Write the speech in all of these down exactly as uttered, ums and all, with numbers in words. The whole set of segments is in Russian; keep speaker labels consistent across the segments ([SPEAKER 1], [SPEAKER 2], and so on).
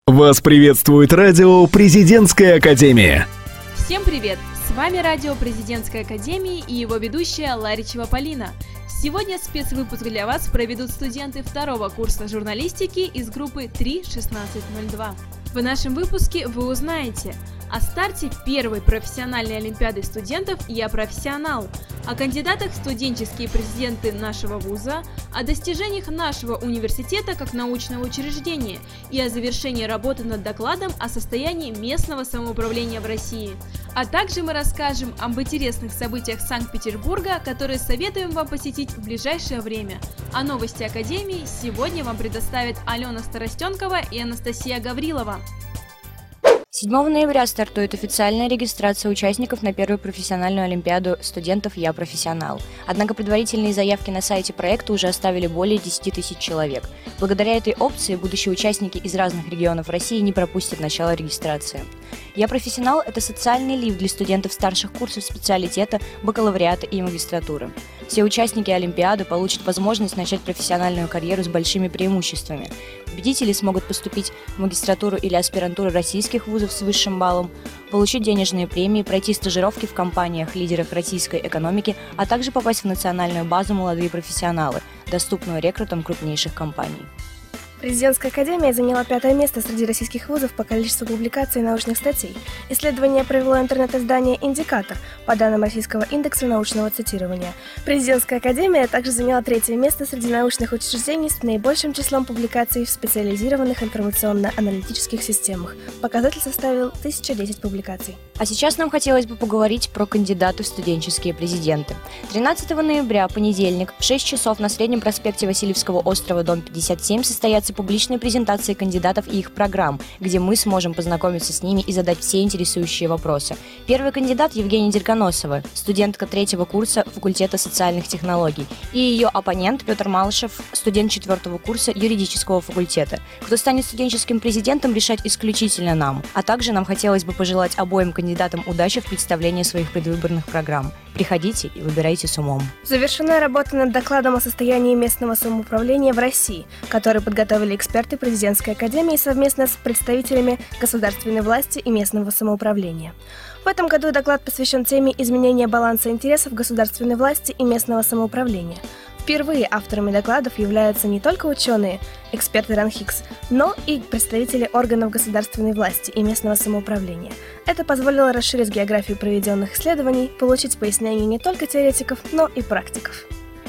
[SPEAKER 1] Вас приветствует радио «Президентская академия».
[SPEAKER 2] Всем привет! С вами радио «Президентской академии» и его ведущая Ларичева Полина. Сегодня спецвыпуск для вас проведут студенты второго курса журналистики из группы три шестнадцать ноль два. В нашем выпуске вы узнаете о старте первой профессиональной олимпиады студентов «Я профессионал», о кандидатах в студенческие президенты нашего вуза, о достижениях нашего университета как научного учреждения и о завершении работы над докладом о состоянии местного самоуправления в России. А также мы расскажем об интересных событиях Санкт-Петербурга, которые советуем вам посетить в ближайшее время. А новости Академии сегодня вам предоставят Алена Старостенкова и Анастасия Гаврилова.
[SPEAKER 3] седьмого ноября стартует официальная регистрация участников на первую профессиональную олимпиаду студентов «Я профессионал». Однако предварительные заявки на сайте проекта уже оставили более десяти тысяч человек. Благодаря этой опции будущие участники из разных регионов России не пропустят начало регистрации. «Я профессионал» — это социальный лифт для студентов старших курсов специалитета, бакалавриата и магистратуры. Все участники Олимпиады получат возможность начать профессиональную карьеру с большими преимуществами. Победители смогут поступить в магистратуру или аспирантуру российских вузов с высшим баллом, получить денежные премии, пройти стажировки в компаниях-лидерах российской экономики, а также попасть в национальную базу «Молодые профессионалы», доступную рекрутам крупнейших компаний.
[SPEAKER 4] Президентская академия заняла пятое место среди российских вузов по количеству публикаций научных статей. Исследование провело интернет-издание «Индикатор» по данным Российского индекса научного цитирования. Президентская академия также заняла третье место среди научных учреждений с наибольшим числом публикаций в специализированных информационно-аналитических системах. Показатель составил тысяча десять публикаций.
[SPEAKER 3] А сейчас нам хотелось бы поговорить про кандидатов в студенческие президенты. тринадцатого ноября, понедельник, в шесть часов на Среднем проспекте Васильевского острова, дом пятьдесят семь, состоятся публичные презентации кандидатов и их программ, где мы сможем познакомиться с ними и задать все интересующие вопросы. Первый кандидат — Евгения Дерконосова, студентка третьего курса факультета социальных технологий, и ее оппонент Петр Малышев, студент четвертого курса юридического факультета. Кто станет студенческим президентом, решать исключительно нам. А также нам хотелось бы пожелать обоим кандидатам удачи в представлении своих предвыборных программ. Приходите и выбирайте с умом.
[SPEAKER 4] Завершена работа над докладом о состоянии местного самоуправления в России, который подготовили эксперты Президентской академии совместно с представителями государственной власти и местного самоуправления. В этом году доклад посвящен теме изменения баланса интересов государственной власти и местного самоуправления. Впервые авторами докладов являются не только ученые, эксперты РАНХИКС, но и представители органов государственной власти и местного самоуправления. Это позволило расширить географию проведенных исследований, получить пояснения не только теоретиков, но и практиков.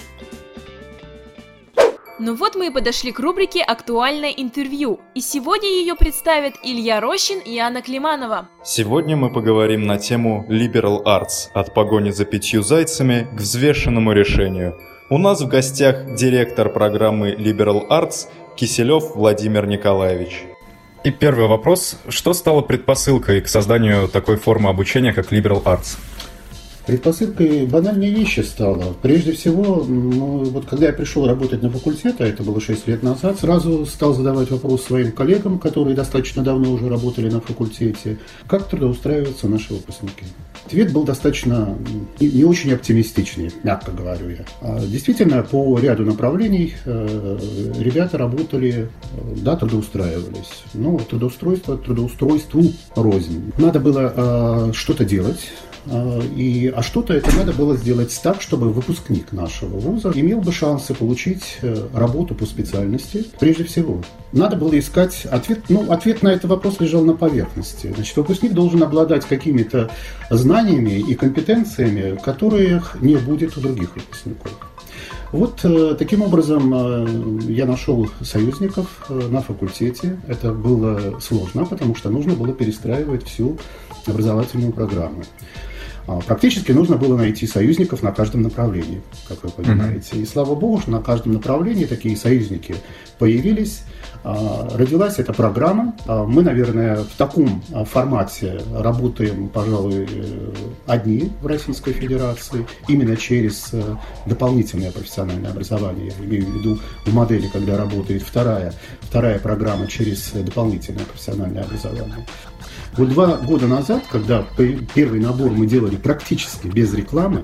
[SPEAKER 2] Ну вот мы и подошли к рубрике «Актуальное интервью», и сегодня ее представят Илья Рощин и Анна Климанова.
[SPEAKER 5] Сегодня мы поговорим на тему Liberal Arts – от погони за пятью зайцами к взвешенному решению. У нас в гостях директор программы Liberal Arts Киселев Владимир Николаевич.
[SPEAKER 6] И первый вопрос. Что стало предпосылкой к созданию такой формы обучения, как Liberal Arts?
[SPEAKER 7] Предпосылкой банальной вещи стало. Прежде всего, ну, вот когда я пришел работать на факультет, а это было шесть лет назад, сразу стал задавать вопрос своим коллегам, которые достаточно давно уже работали на факультете, как трудоустраиваются наши выпускники. Ответ был достаточно не очень оптимистичный, мягко говорю я. Действительно, по ряду направлений ребята работали, да, трудоустраивались. Но трудоустройство трудоустройству рознь. Надо было что-то делать. И, а что-то это надо было сделать так, чтобы выпускник нашего вуза имел бы шансы получить работу по специальности. Прежде всего, надо было искать ответ. Ну, ответ на этот вопрос лежал на поверхности. Значит, выпускник должен обладать какими-то знаниями и компетенциями, которых не будет у других выпускников. Вот э, таким образом э, я нашел союзников э, на факультете. Это было сложно, потому что нужно было перестраивать всю образовательную программу. Практически нужно было найти союзников на каждом направлении, как вы понимаете. Mm-hmm. И слава богу, что на каждом направлении такие союзники появились. Родилась эта программа. Мы, наверное, в таком формате работаем, пожалуй, одни в Российской Федерации, именно через дополнительное профессиональное образование. Я имею в виду в модели, когда работает вторая, вторая программа через дополнительное профессиональное образование. Вот два года назад, когда первый набор мы делали практически без рекламы,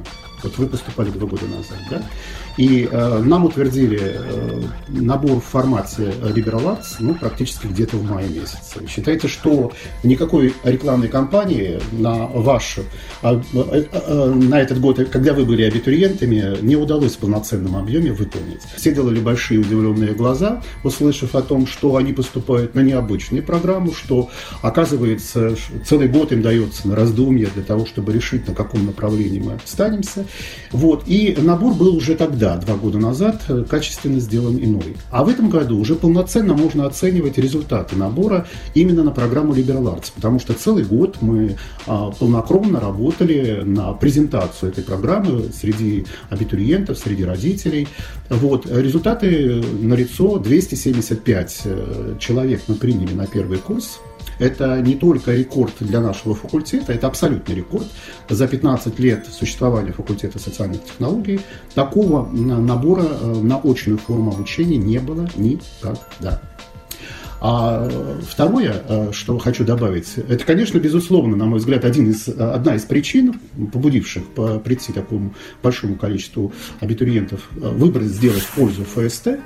[SPEAKER 7] Вот вы поступали два года назад, да? И э, нам утвердили э, набор в формате Liberal Arts, ну, практически где-то в мае месяце. Считайте, что никакой рекламной кампании на вашу, э, э, э, на этот год, когда вы были абитуриентами, не удалось в полноценном объеме выполнить. Все делали большие удивленные глаза, услышав о том, что они поступают на необычную программу, что, оказывается, целый год им дается на раздумье для того, чтобы решить, на каком направлении мы останемся. Вот. И набор был уже тогда, два года назад, качественно сделан иной. А в этом году уже полноценно можно оценивать результаты набора именно на программу Liberal Arts, потому что целый год мы а, полнокровно работали на презентацию этой программы среди абитуриентов, среди родителей. Вот. Результаты налицо. двести семьдесят пять человек мы приняли на первый курс. Это не только рекорд для нашего факультета, это абсолютный рекорд. За пятнадцать лет существования факультета социальных технологий такого набора на очную форму обучения не было никогда. А второе, что хочу добавить, это, конечно, безусловно, на мой взгляд, один из, одна из причин, побудивших прийти такому большому количеству абитуриентов выбор сделать в пользу эф эс тэ,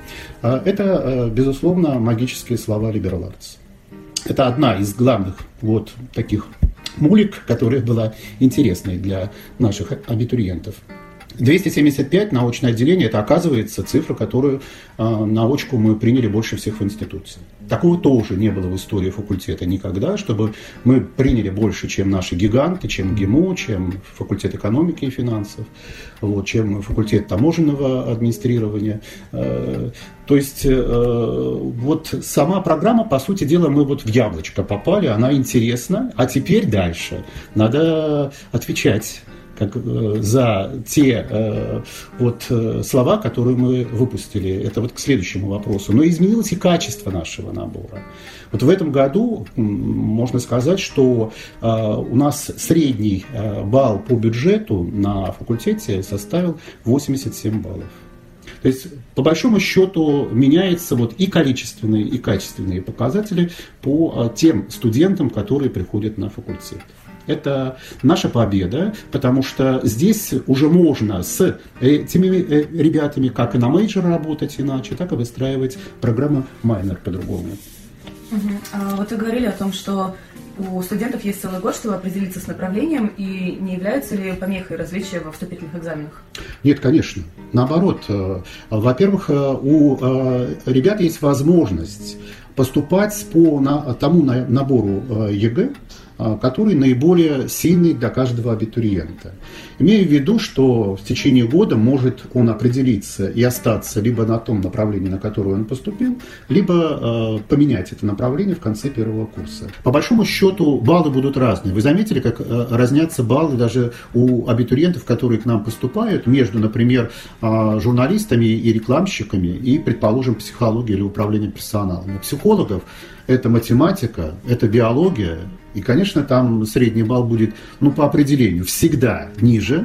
[SPEAKER 7] это, безусловно, магические слова Liberal Arts. Это одна из главных вот таких мулик, которая была интересной для наших абитуриентов. двести семьдесят пять на очное отделение – это, оказывается, цифра, которую э, на очку мы приняли больше всех в институте. Такого тоже не было в истории факультета никогда, чтобы мы приняли больше, чем наши гиганты, чем ГИМО, чем факультет экономики и финансов, вот, чем факультет таможенного администрирования. Э, то есть э, вот сама программа, по сути дела, мы вот в яблочко попали, она интересна, а теперь дальше надо отвечать как, э, за те э, вот, э, слова, которые мы выпустили. Это вот к следующему вопросу. Но изменилось и качество нашего набора. Вот в этом году можно сказать, что э, у нас средний э, балл по бюджету на факультете составил восемьдесят семь баллов. То есть, по большому счету, меняются вот и количественные, и качественные показатели по э, тем студентам, которые приходят на факультет. Это наша победа, потому что здесь уже можно с этими ребятами как и на мейджор работать иначе, так и выстраивать программу майнер по-другому.
[SPEAKER 8] Угу. А вот вы говорили о том, что у студентов есть целый год, чтобы определиться с направлением, и не являются ли помехой различия во вступительных экзаменах? Нет,
[SPEAKER 7] конечно. Наоборот. Во-первых, у ребят есть возможность поступать по тому набору ЕГЭ, который наиболее сильный для каждого абитуриента. Имея в виду, что в течение года может он определиться и остаться либо на том направлении, на которое он поступил, либо э, поменять это направление в конце первого курса. По большому счету баллы будут разные. Вы заметили, как э, разнятся баллы даже у абитуриентов, которые к нам поступают, между, например, э, журналистами и рекламщиками и, предположим, психологией или управлением персоналом. У психологов это математика, это биология. И, конечно, там средний балл будет, ну, по определению, всегда ниже,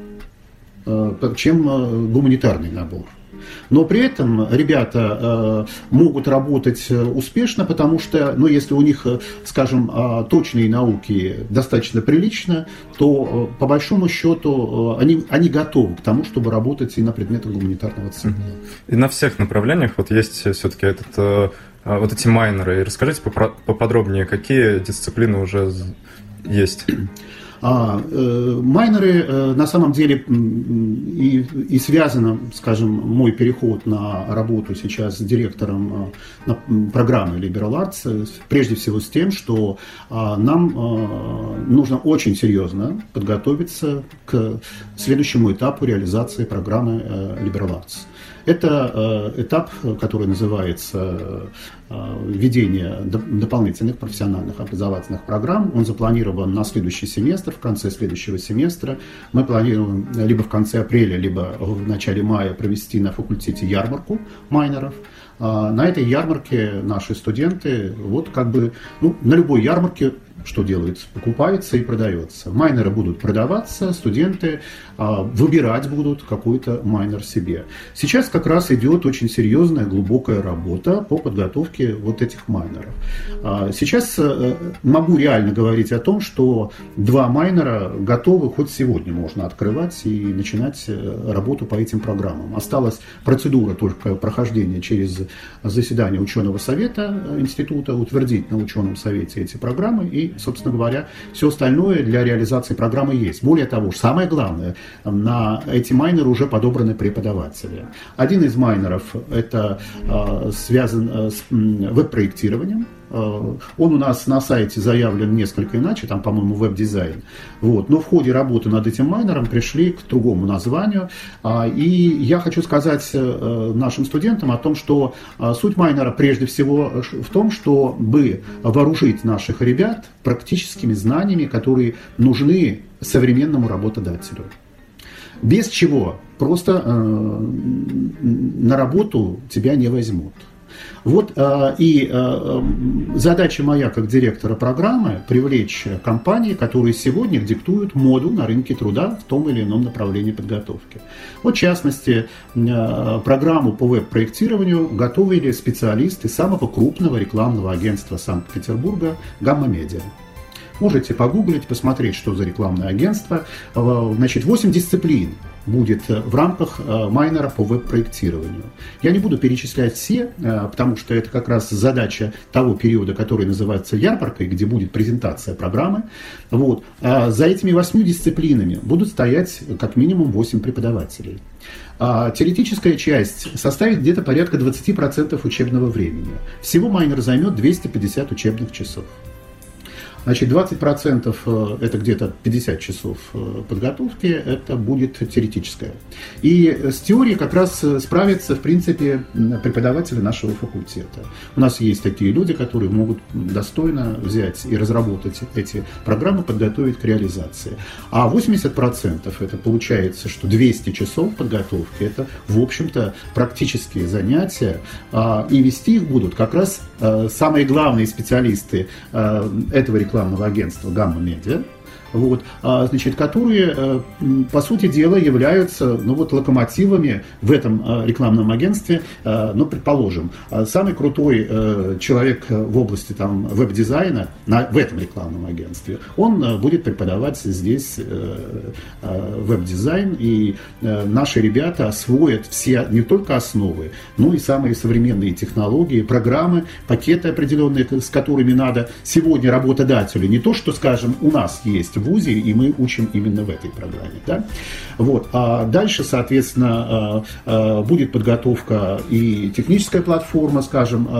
[SPEAKER 7] чем гуманитарный набор. Но при этом ребята могут работать успешно, потому что, ну, если у них, скажем, точные науки достаточно прилично, то, по большому счету, они, они готовы к тому, чтобы работать и на предметах гуманитарного цикла.
[SPEAKER 6] И на всех направлениях вот есть все-таки этот... вот эти майнеры. И расскажите поподробнее, какие дисциплины уже есть?
[SPEAKER 7] А, э, майнеры э, на самом деле и, и связано, скажем, мой переход на работу сейчас с директором э, на программы Liberal Arts, прежде всего с тем, что э, нам э, нужно очень серьезно подготовиться к следующему этапу реализации программы э, Liberal Arts. Это э, этап, который называется э, введение дополнительных профессиональных образовательных программ. Он запланирован на следующий семестр, в конце следующего семестра. Мы планируем либо в конце апреля, либо в начале мая провести на факультете ярмарку майнеров. На этой ярмарке наши студенты, вот как бы, ну, на любой ярмарке что делается? Покупается и продается. Майнеры будут продаваться, студенты а, выбирать будут какой-то майнер себе. Сейчас как раз идет очень серьезная, глубокая работа по подготовке вот этих майнеров. А, сейчас а, могу реально говорить о том, что два майнера готовы, хоть сегодня можно открывать и начинать работу по этим программам. Осталась процедура только прохождения через заседание ученого совета института, утвердить на ученом совете эти программы, и, собственно говоря, все остальное для реализации программы есть. Более того, самое главное, на эти майнеры уже подобраны преподаватели. Один из майнеров это э, связан э, с веб-проектированием. Он у нас на сайте заявлен несколько иначе, там, по-моему, веб-дизайн. Вот. Но в ходе работы над этим майнером пришли к другому названию. И я хочу сказать нашим студентам о том, что суть майнера прежде всего в том, чтобы вооружить наших ребят практическими знаниями, которые нужны современному работодателю. Без чего просто на работу тебя не возьмут. Вот и задача моя как директора программы привлечь компании, которые сегодня диктуют моду на рынке труда в том или ином направлении подготовки. Вот, в частности, программу по веб-проектированию готовили специалисты самого крупного рекламного агентства Санкт-Петербурга «Гамма Медиа». Можете погуглить, посмотреть, что за рекламное агентство. Значит, восемь дисциплин будет в рамках майнера по веб-проектированию. Я не буду перечислять все, потому что это как раз задача того периода, который называется ярмаркой, где будет презентация программы. Вот. А за этими восьмью дисциплинами будут стоять как минимум восемь преподавателей. А теоретическая часть составит где-то порядка двадцать процентов учебного времени. Всего майнер займет двести пятьдесят учебных часов. Значит, двадцать процентов это где-то пятьдесят часов подготовки, это будет теоретическое. И с теорией как раз справятся, в принципе, преподаватели нашего факультета. У нас есть такие люди, которые могут достойно взять и разработать эти программы, подготовить к реализации. А восемьдесят процентов это получается, что двести часов подготовки, это, в общем-то, практические занятия, и вести их будут как раз самые главные специалисты этого рекламного агентства «Гамма Медиа», вот, значит, которые, по сути дела, являются ну, вот, локомотивами в этом рекламном агентстве. Ну, предположим, самый крутой человек в области там, веб-дизайна на, в этом рекламном агентстве, он будет преподавать здесь веб-дизайн, и наши ребята освоят все не только основы, но и самые современные технологии, программы, пакеты определенные, с которыми надо сегодня работодателю. Не то, что, скажем, у нас есть в вузе, и мы учим именно в этой программе. Да? Вот. А дальше, соответственно, будет подготовка и техническая платформа, скажем,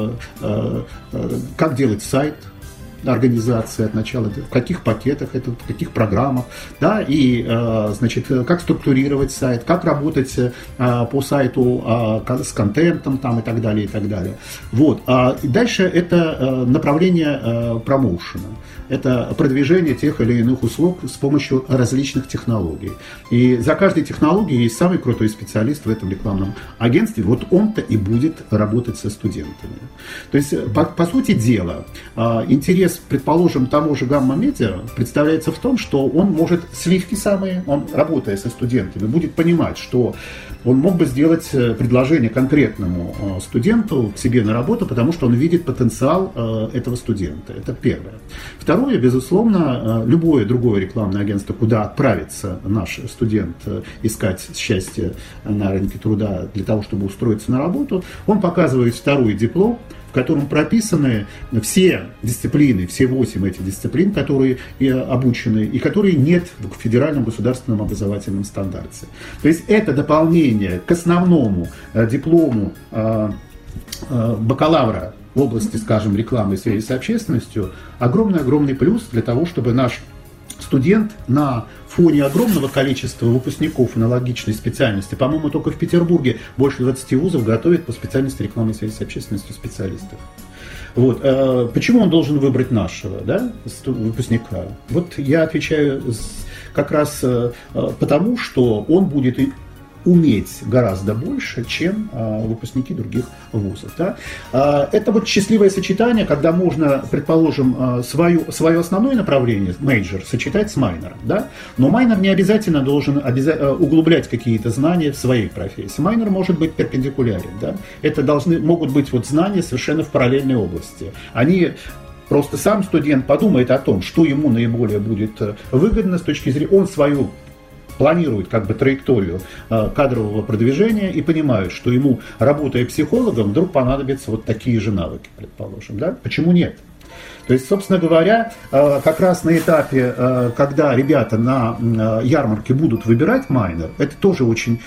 [SPEAKER 7] как делать сайт организации от начала, в каких пакетах это, в каких программах, да, и, значит, как структурировать сайт, как работать по сайту с контентом там и так далее, и так далее. Вот. И дальше это направление промоушена. Это продвижение тех или иных услуг с помощью различных технологий. И за каждой технологией есть самый крутой специалист в этом рекламном агентстве. Вот он-то и будет работать со студентами. То есть, по, по сути дела, интерес, предположим, того же «Гамма Медиа» представляется в том, что он может сливки самые, он, работая со студентами, будет понимать, что он мог бы сделать предложение конкретному студенту к себе на работу, потому что он видит потенциал этого студента. Это первое. Второе, безусловно, любое другое рекламное агентство, куда отправится наш студент искать счастье на рынке труда для того, чтобы устроиться на работу, он показывает второй диплом, в котором прописаны все дисциплины, все восемь этих дисциплин, которые обучены и которые нет в федеральном государственном образовательном стандарте. То есть это дополнение к основному диплому бакалавра в области, скажем, рекламы и связи с общественностью, огромный-огромный плюс для того, чтобы наш студент на фоне огромного количества выпускников аналогичной специальности, по-моему, только в Петербурге больше двадцати вузов готовят по специальности рекламы и связи с общественностью специалистов. Вот. Почему он должен выбрать нашего, да, выпускника? Вот я отвечаю как раз потому, что он будет уметь гораздо больше, чем выпускники других вузов. Да? Это вот счастливое сочетание, когда можно, предположим, свою, свое основное направление, мейджор, сочетать с майнером. Да? Но майнер не обязательно должен обяза- углублять какие-то знания в своей профессии. Майнер может быть перпендикулярен. Да? Это должны, могут быть вот знания совершенно в параллельной области. Они Просто сам студент подумает о том, что ему наиболее будет выгодно с точки зрения, он свою планирует как бы траекторию э, кадрового продвижения и понимает, что ему, работая психологом, вдруг понадобятся вот такие же навыки, предположим. Да? Почему нет? То есть, собственно говоря, как раз на этапе, когда ребята на ярмарке будут выбирать майнер, это тоже очень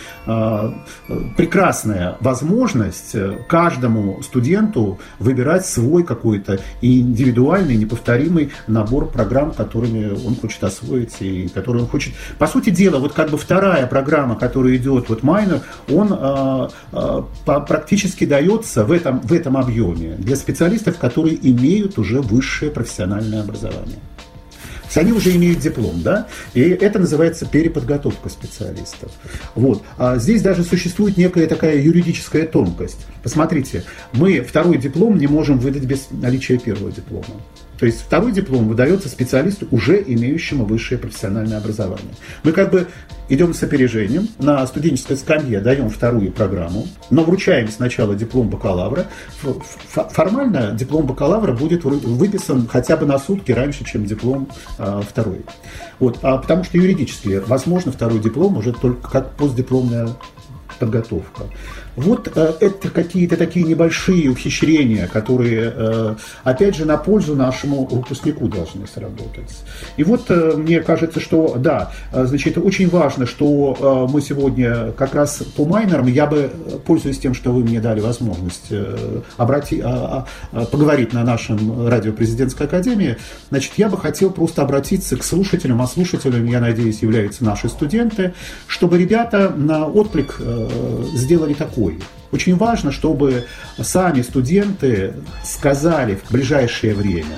[SPEAKER 7] прекрасная возможность каждому студенту выбирать свой какой-то индивидуальный, неповторимый набор программ, которыми он хочет освоить и которые он хочет. По сути дела, вот как бы вторая программа, которая идет, вот майнер, он практически дается в этом, в этом объеме для специалистов, которые имеют уже высшее профессиональное образование. То есть они уже имеют диплом, да, и это называется переподготовка специалистов. Вот. А здесь даже существует некая такая юридическая тонкость. Посмотрите, мы второй диплом не можем выдать без наличия первого диплома. То есть второй диплом выдается специалисту, уже имеющему высшее профессиональное образование. Мы как бы идем с опережением, на студенческой скамье даем вторую программу, но вручаем сначала диплом бакалавра. Формально диплом бакалавра будет выписан хотя бы на сутки раньше, чем диплом а, второй. Вот, а потому что юридически возможно второй диплом уже только как постдипломная подготовка. Вот э, это какие-то такие небольшие ухищрения, которые, э, опять же, на пользу нашему выпускнику должны сработать. И вот э, мне кажется, что, да, э, значит, очень важно, что э, мы сегодня как раз по майнерам, я бы, пользуясь тем, что вы мне дали возможность э, обрати, э, э, поговорить на нашем радио Президентской академии, значит, я бы хотел просто обратиться к слушателям, а слушателями, я надеюсь, являются наши студенты, чтобы ребята на отклик э, сделали такой. Очень важно, чтобы сами студенты сказали в ближайшее время.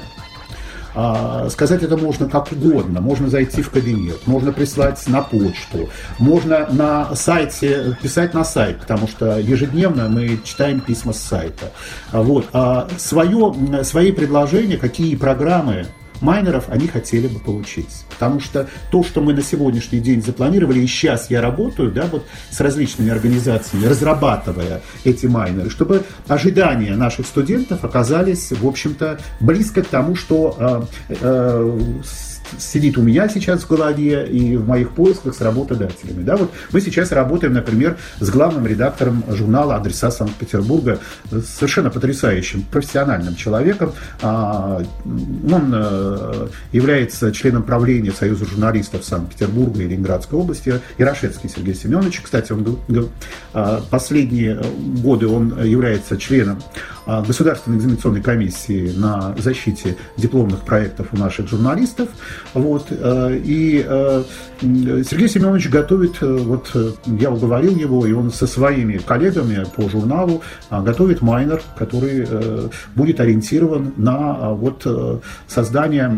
[SPEAKER 7] Сказать это можно как угодно. Можно зайти в кабинет, можно прислать на почту, можно на сайте, писать на сайт, потому что ежедневно мы читаем письма с сайта. Вот. Свое, свои предложения, какие программы майнеров они хотели бы получить. Потому что то, что мы на сегодняшний день запланировали, и сейчас я работаю, да, вот с различными организациями, разрабатывая эти майнеры, чтобы ожидания наших студентов оказались, в общем-то, близко к тому, что э, э, сидит у меня сейчас в голове и в моих поисках с работодателями. Да, вот мы сейчас работаем, например, с главным редактором журнала «Адреса Санкт-Петербурга», совершенно потрясающим профессиональным человеком. Он является членом правления Союза журналистов Санкт-Петербурга и Ленинградской области, Ярошевский Сергей Семенович. Кстати, он последние годы он является членом Государственной экзаменационной комиссии на защите дипломных проектов у наших журналистов. Вот. И Сергей Семенович готовит, вот я уговорил его, и он со своими коллегами по журналу готовит майнер, который будет ориентирован на вот создание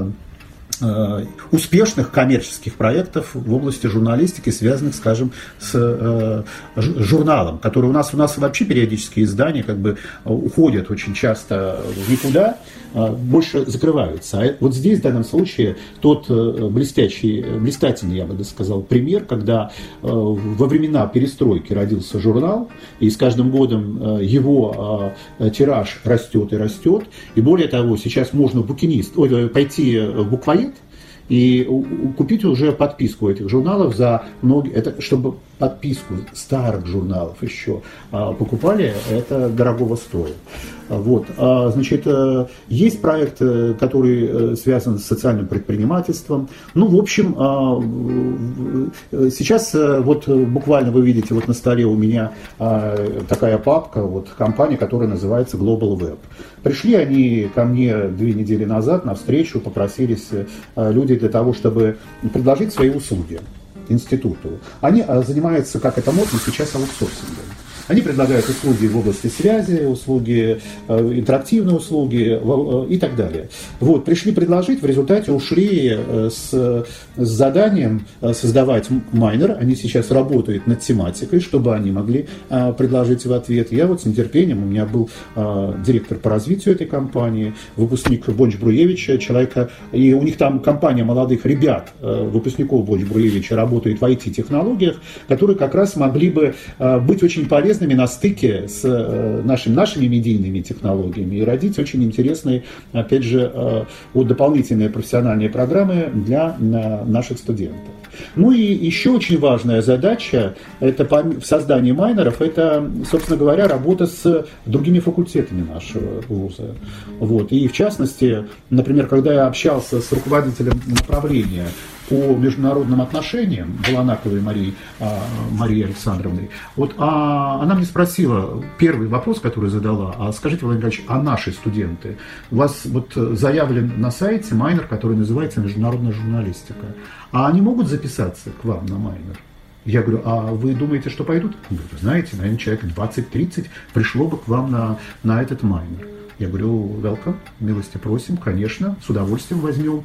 [SPEAKER 7] успешных коммерческих проектов в области журналистики, связанных, скажем, с э, журналом, который у нас, у нас вообще периодические издания как бы уходят очень часто в никуда, э, больше закрываются. А вот здесь, в данном случае, тот э, блестящий, блистательный, я бы сказал, пример, когда э, во времена перестройки родился журнал, и с каждым годом э, его э, тираж растет и растет, и более того, сейчас можно в букинист, ой, пойти в буквоед и купить уже подписку этих журналов за многие, это чтобы подписку старых журналов еще покупали, это дорогого стоит. Вот. Значит, есть проект, который связан с социальным предпринимательством. Ну, в общем, сейчас вот буквально вы видите вот на столе у меня такая папка, вот компания, которая называется Global Web. Пришли они ко мне две недели назад на встречу, попросились люди для того, чтобы предложить свои услуги институту. Они занимаются, как это модно сейчас, аутсорсингом. Они предлагают услуги в области связи, услуги, интерактивные услуги и так далее. Вот, пришли предложить, в результате ушли с, с заданием создавать майнер. Они сейчас работают над тематикой, чтобы они могли предложить в ответ. Я вот с нетерпением, у меня был директор по развитию этой компании, выпускник Бонч-Бруевича, человека, и у них там компания молодых ребят, выпускников Бонч-Бруевича, работает в ай ти-технологиях, которые как раз могли бы быть очень полезными на стыке с нашими, нашими медийными технологиями и родить очень интересные, опять же, вот дополнительные профессиональные программы для наших студентов. Ну и еще очень важная задача это в создании майнеров, это, собственно говоря, работа с другими факультетами нашего вуза. Вот. И в частности, например, когда я общался с руководителем направления по международным отношениям, Баланаковой Марией, Марией Александровной, вот, а она мне спросила, первый вопрос, который задала, а скажите, Владимир Николаевич, а наши студенты? У вас вот заявлен на сайте майнер, который называется международная журналистика, а они могут записаться к вам на майнер? Я говорю, а вы думаете, что пойдут? Он говорит, знаете, наверное, человек двадцать-тридцать пришло бы к вам на, на этот майнер. Я говорю, welcome, милости просим, конечно, с удовольствием возьмем.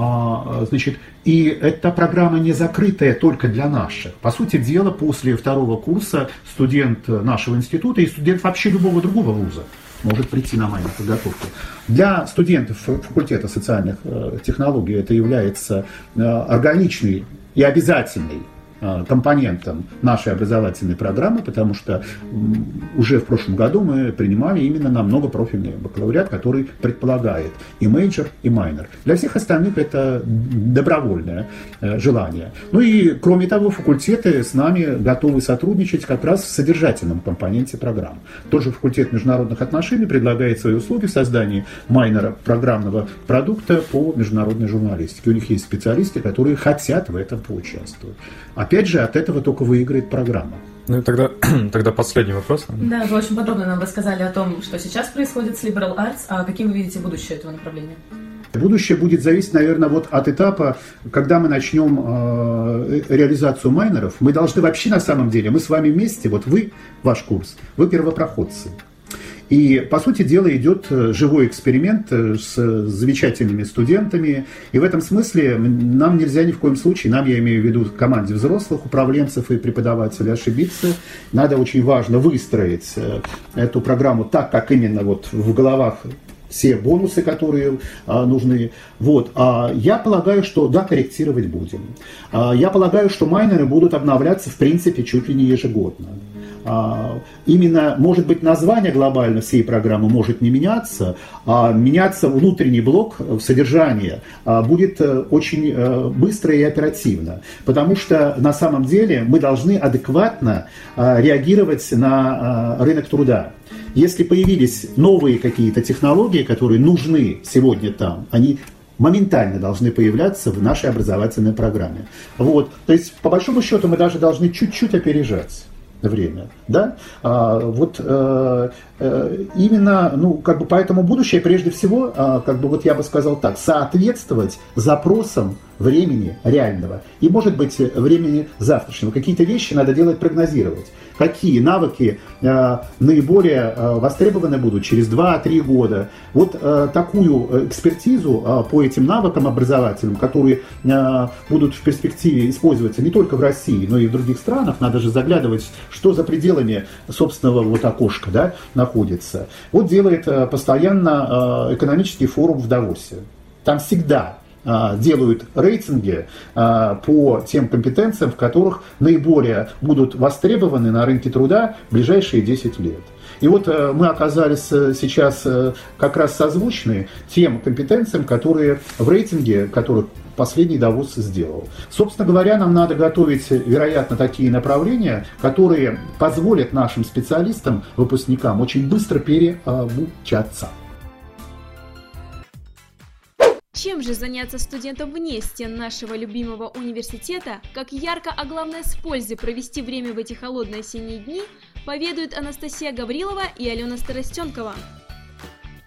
[SPEAKER 7] А, значит, и эта программа не закрытая только для наших. По сути дела, после второго курса студент нашего института и студент вообще любого другого вуза может прийти на майнер подготовку. Для студентов факультета социальных технологий это является органичной и обязательной компонентом нашей образовательной программы, потому что уже в прошлом году мы принимали именно на многопрофильный бакалавриат, который предполагает и мейджор, и майнер. Для всех остальных это добровольное желание. Ну и кроме того, факультеты с нами готовы сотрудничать как раз в содержательном компоненте программ. Тот же факультет международных отношений предлагает свои услуги в создании майнера программного продукта по международной журналистике. У них есть специалисты, которые хотят в этом поучаствовать. Опять же, от этого только выиграет программа.
[SPEAKER 6] Ну и тогда, тогда последний вопрос.
[SPEAKER 8] Да, вы очень подробно нам рассказали о том, что сейчас происходит с Liberal Arts, а каким вы видите будущее этого направления?
[SPEAKER 7] Будущее будет зависеть, наверное, вот от этапа, когда мы начнем э, реализацию майнеров. Мы должны вообще на самом деле, мы с вами вместе, вот вы, ваш курс, вы первопроходцы. И, по сути дела, идет живой эксперимент с замечательными студентами. И в этом смысле нам нельзя ни в коем случае, нам, я имею в виду команде взрослых управленцев и преподавателей, ошибиться. Надо очень важно выстроить эту программу так, как именно вот в головах все бонусы, которые а, нужны. Вот. А я полагаю, что да, корректировать будем. А, я полагаю, что майнеры будут обновляться, в принципе, чуть ли не ежегодно. А, именно, может быть, название глобально всей программы может не меняться, а меняться внутренний блок в содержании а, будет очень а, быстро и оперативно. Потому что на самом деле мы должны адекватно а, реагировать на а, рынок труда. Если появились новые какие-то технологии, которые нужны сегодня там, они моментально должны появляться в нашей образовательной программе. Вот. То есть, по большому счету, мы даже должны чуть-чуть опережать время, да, а, вот э, э, именно, ну, как бы поэтому будущее, прежде всего, а, как бы вот я бы сказал так, соответствовать запросам времени реального и, может быть, времени завтрашнего. Какие-то вещи надо делать, прогнозировать. Какие навыки э, наиболее э, востребованы будут через два-три года. Вот э, такую экспертизу э, по этим навыкам образовательным, которые э, будут в перспективе использоваться не только в России, но и в других странах, надо же заглядывать, что за пределами собственного вот окошка, да, находится. Вот делает э, постоянно э, экономический форум в Давосе. Там всегда делают рейтинги по тем компетенциям, в которых наиболее будут востребованы на рынке труда в ближайшие десять лет. И вот мы оказались сейчас как раз созвучны тем компетенциям, которые в рейтинге, которых последний Давос сделал. Собственно говоря, нам надо готовить, вероятно, такие направления, которые позволят нашим специалистам, выпускникам очень быстро переобучаться.
[SPEAKER 2] Чем же заняться студентам вне стен нашего любимого университета, как ярко, а главное с пользой провести время в эти холодные осенние дни, поведают Анастасия Гаврилова и Алена Старостенкова.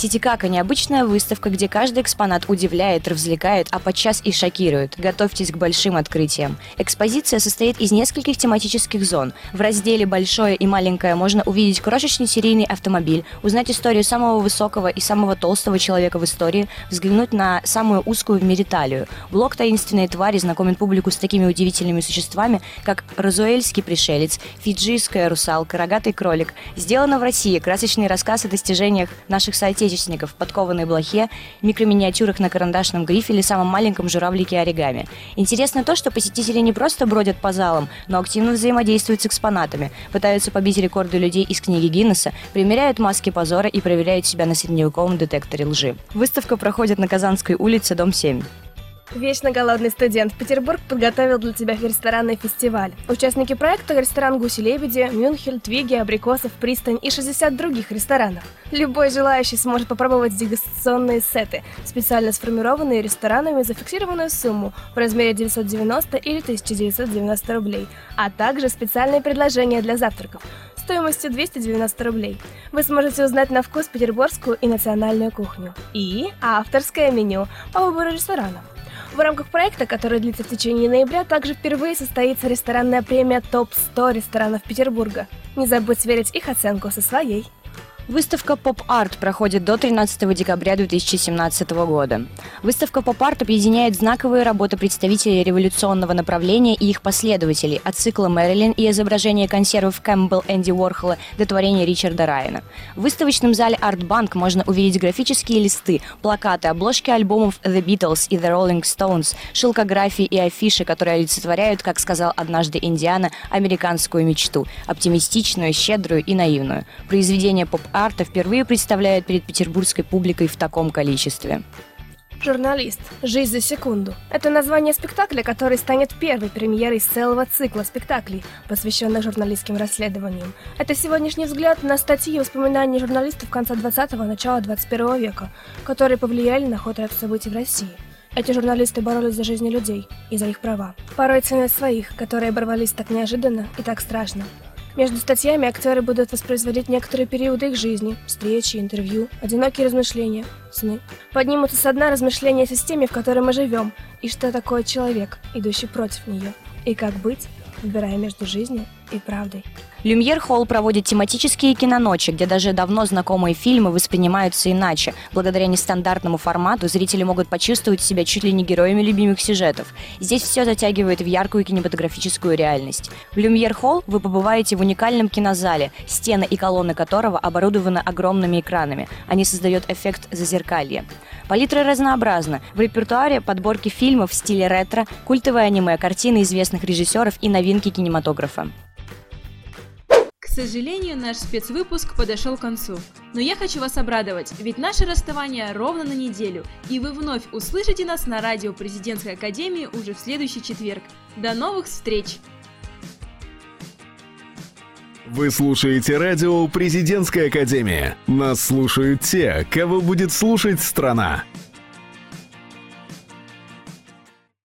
[SPEAKER 3] Титикака – необычная выставка, где каждый экспонат удивляет, развлекает, а подчас и шокирует. Готовьтесь к большим открытиям. Экспозиция состоит из нескольких тематических зон. В разделе «Большое и маленькое» можно увидеть крошечный серийный автомобиль, узнать историю самого высокого и самого толстого человека в истории, взглянуть на самую узкую в мире талию. Блок «Таинственные твари» знакомит публику с такими удивительными существами, как розуэльский пришелец, фиджийская русалка, рогатый кролик. Сделано в России. Красочный рассказ о достижениях наших соотечественников, подкованной блохе, микроминиатюрах на карандашном грифеле, самом маленьком журавлике оригами. Интересно то, что посетители не просто бродят по залам, но активно взаимодействуют с экспонатами, пытаются побить рекорды людей из книги Гиннесса, примеряют маски позора и проверяют себя на средневековом детекторе лжи. Выставка проходит на Казанской улице, дом семь.
[SPEAKER 4] Вечно голодный студент. Петербург подготовил для тебя ресторанный фестиваль. Участники проекта — ресторан «Гуси-лебеди», «Мюнхель», «Твиги», «Абрикосов», «Пристань» и шестьдесят других ресторанов. Любой желающий сможет попробовать дегустационные сеты, специально сформированные ресторанами за фиксированную сумму в размере девятьсот девяносто или тысяча девятьсот девяносто рублей, а также специальные предложения для завтраков стоимостью двести девяносто рублей. Вы сможете узнать на вкус петербургскую и национальную кухню. И авторское меню по выбору ресторанов. В рамках проекта, который длится в течение ноября, также впервые состоится ресторанная премия топ сто ресторанов Петербурга. Не забудь сверить их оценку со своей.
[SPEAKER 3] Выставка «Поп-арт» проходит до тринадцатого декабря две тысячи семнадцатого года. Выставка «Поп-арт» объединяет знаковые работы представителей революционного направления и их последователей, от цикла «Мэрилин» и изображения консервов Кэмпбелл Энди Уорхола до творения Ричарда Райана. В выставочном зале «Арт-банк» можно увидеть графические листы, плакаты, обложки альбомов The Beatles и The Rolling Stones, шелкографии и афиши, которые олицетворяют, как сказал однажды Индиана, американскую мечту – оптимистичную, щедрую и наивную. Произведения поп арта впервые представляют перед петербургской публикой в таком количестве.
[SPEAKER 4] «Журналист. Жизнь за секунду» — это название спектакля, который станет первой премьерой из целого цикла спектаклей, посвященных журналистским расследованиям. Это сегодняшний взгляд на статьи и воспоминания журналистов конца двадцатого – начала двадцать первого века, которые повлияли на ход событий в России. Эти журналисты боролись за жизни людей и за их права, порой ценой своих, которые оборвались так неожиданно и так страшно. Между статьями актеры будут воспроизводить некоторые периоды их жизни, встречи, интервью, одинокие размышления, сны. Поднимутся со дна размышления о системе, в которой мы живем, и что такое человек, идущий против нее, и как быть, выбирая между жизнью и правдой.
[SPEAKER 3] Люмьер-холл проводит тематические киноночи, где даже давно знакомые фильмы воспринимаются иначе. Благодаря нестандартному формату зрители могут почувствовать себя чуть ли не героями любимых сюжетов. Здесь все затягивает в яркую кинематографическую реальность. В Люмьер-холл вы побываете в уникальном кинозале, стены и колонны которого оборудованы огромными экранами. Они создают эффект зазеркалья. Палитра разнообразна. В репертуаре подборки фильмов в стиле ретро, культовые аниме, картины известных режиссеров и новинки кинематографа.
[SPEAKER 2] К сожалению, наш спецвыпуск подошел к концу. Но я хочу вас обрадовать, ведь наше расставание ровно на неделю, и вы вновь услышите нас на радио Президентской академии уже в следующий четверг. До новых встреч!
[SPEAKER 1] Вы слушаете радио Президентская академия. Нас слушают те, кого будет слушать страна.